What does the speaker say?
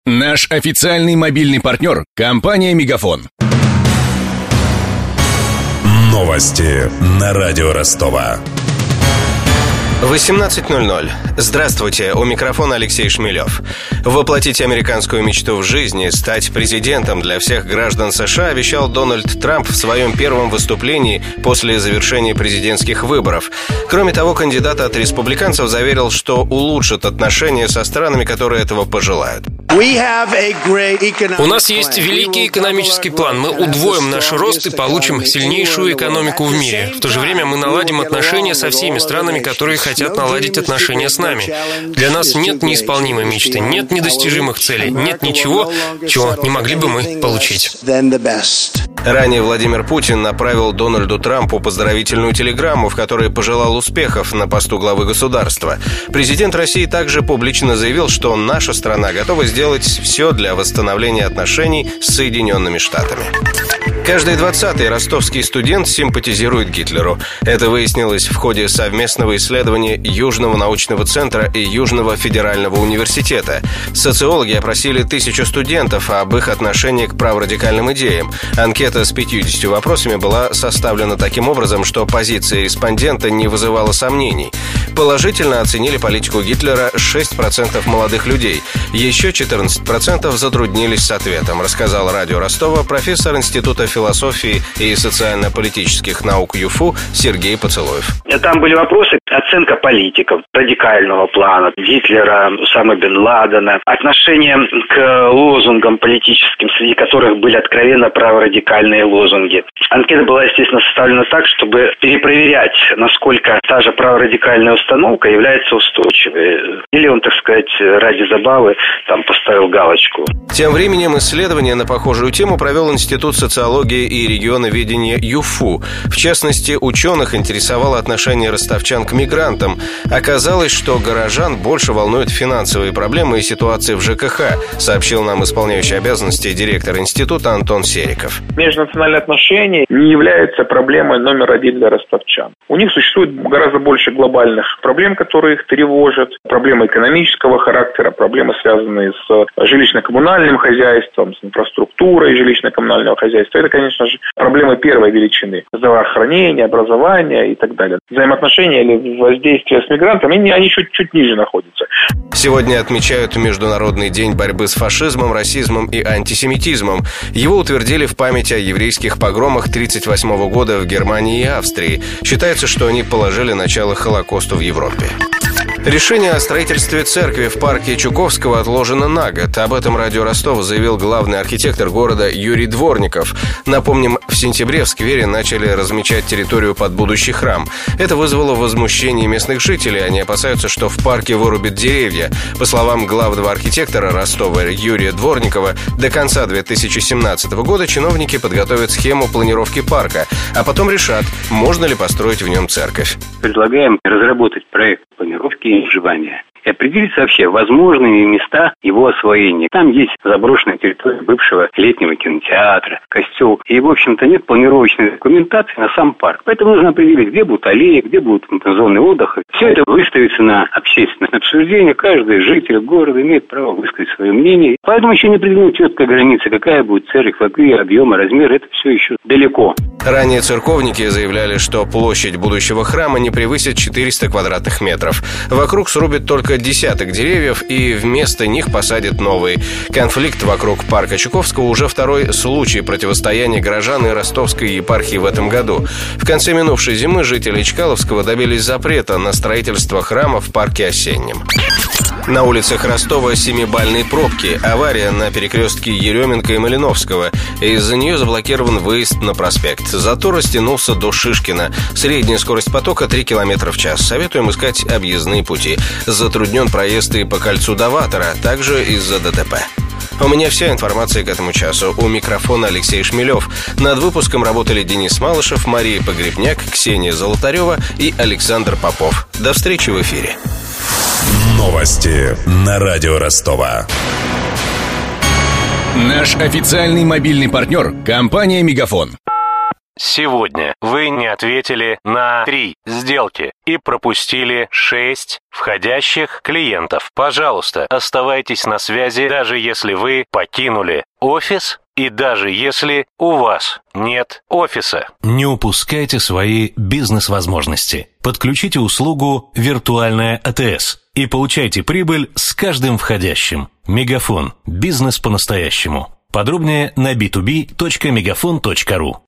Наш официальный мобильный партнер – компания «Мегафон». Новости на радио Ростова. 18:00. Здравствуйте, у микрофона Алексей Шмелев. Воплотить американскую мечту в жизни, стать президентом для всех граждан США обещал Дональд Трамп в своем первом выступлении после завершения президентских выборов. Кроме того, кандидат от республиканцев заверил, что улучшит отношения со странами, которые этого пожелают. У нас есть великий экономический план. Мы удвоим наш рост и получим сильнейшую экономику в мире. В то же время мы наладим отношения со всеми странами, которые хотят наладить отношения с нами. Для нас нет неисполнимой мечты, нет недостижимых целей, нет ничего, чего не могли бы мы получить. Ранее Владимир Путин направил Дональду Трампу поздравительную телеграмму, в которой пожелал успехов на посту главы государства. Президент России также публично заявил, что наша страна готова сделать все для восстановления отношений с Соединенными Штатами. Каждый 20-й ростовский студент симпатизирует Гитлеру. Это выяснилось в ходе совместного исследования Южного научного центра и Южного федерального университета. Социологи опросили 1000 студентов об их отношении к праворадикальным идеям. Анкета с 50 вопросами была составлена таким образом, что позиция респондента не вызывала сомнений. Положительно оценили политику Гитлера 6% молодых людей. Еще 14% затруднились с ответом, рассказал радио Ростова профессор Института философии и социально-политических наук ЮФУ Сергей Поцелуев. Там были вопросы: оценка политиков радикального плана, Гитлера, Усама бен Ладена, отношение к лозунгам политическим, среди которых были откровенно праворадикальные лозунги. Анкета была, естественно, составлена так, чтобы перепроверять, насколько та же праворадикальная установка является устойчивой. Или он, так сказать, ради забавы там поставил галочку. Тем временем исследование на похожую тему провел Институт социологии и регионоведения ЮФУ. В частности, ученых интересовало отношение ростовчан к мигрантам. Оказалось, что горожан больше волнуют финансовые проблемы и ситуации в ЖКХ, сообщил нам исполняющий обязанности директор института Антон Сериков. Межнациональные отношения не являются проблемой номер один для ростовчан. У них существует гораздо больше глобальных проблем, которые их тревожат. Проблемы экономического характера, проблемы, связанные с жилищно-коммунальным хозяйством, с инфраструктурой жилищно-коммунального хозяйства. Это, конечно же, проблемы первой величины. Здравоохранение, образование и так далее. Взаимоотношения или воздействие с мигрантами, они чуть ниже находятся. Сегодня отмечают Международный день борьбы с фашизмом, расизмом и антисемитизмом. Его утвердили в память о еврейских погромах 1938 года в Германии и Австрии. Считается, что они положили начало Холокосту в Европе. Решение о строительстве церкви в парке Чуковского отложено на год. Об этом радио Ростова заявил главный архитектор города Юрий Дворников. Напомним, в сентябре в сквере начали размечать территорию под будущий храм. Это вызвало возмущение местных жителей. Они опасаются, что в парке вырубят деревья. По словам главного архитектора Ростова Юрия Дворникова, до конца 2017 года чиновники подготовят схему планировки парка, а потом решат, можно ли построить в нем церковь. Предлагаем разработать проект планировки и вживания и определиться вообще возможные места его освоения. Там есть заброшенная территория бывшего летнего кинотеатра, костел. И, в общем-то, нет планировочной документации на сам парк. Поэтому нужно определить, где будут аллеи, где будут зоны отдыха. Все это выставится на общественное обсуждение. Каждый житель города имеет право высказать свое мнение. Поэтому еще не определена четкая граница, какая будет церковь, какие объемы, размеры. Это все еще далеко. Ранее церковники заявляли, что площадь будущего храма не превысит 400 квадратных метров. Вокруг срубят только десяток деревьев и вместо них посадят новые. Конфликт вокруг парка Чуковского уже второй случай противостояния горожан и ростовской епархии в этом году. В конце минувшей зимы жители Чкаловского добились запрета на строительство храма в парке Осеннем. На улицах Ростова 7-бальные пробки. Авария на перекрестке Еременко и Малиновского. Из-за нее заблокирован выезд на проспект. Затор растянулся до Шишкина. Средняя скорость потока 3 км в час. Советуем искать объездные пути. Затруднен проезд и по кольцу до Ватера, также из-за ДТП. У меня вся информация к этому часу. У микрофона Алексей Шмелев. Над выпуском работали Денис Малышев, Мария Погребняк, Ксения Золотарева и Александр Попов. До встречи в эфире. Новости на радио Ростова. Наш официальный мобильный партнер – компания «Мегафон». Сегодня вы не ответили на 3 сделки и пропустили 6 входящих клиентов. Пожалуйста, оставайтесь на связи, даже если вы покинули офис и даже если у вас нет офиса. Не упускайте свои бизнес-возможности. Подключите услугу «Виртуальная АТС» и получайте прибыль с каждым входящим. Мегафон. Бизнес по-настоящему. Подробнее на b2b.megafon.ru.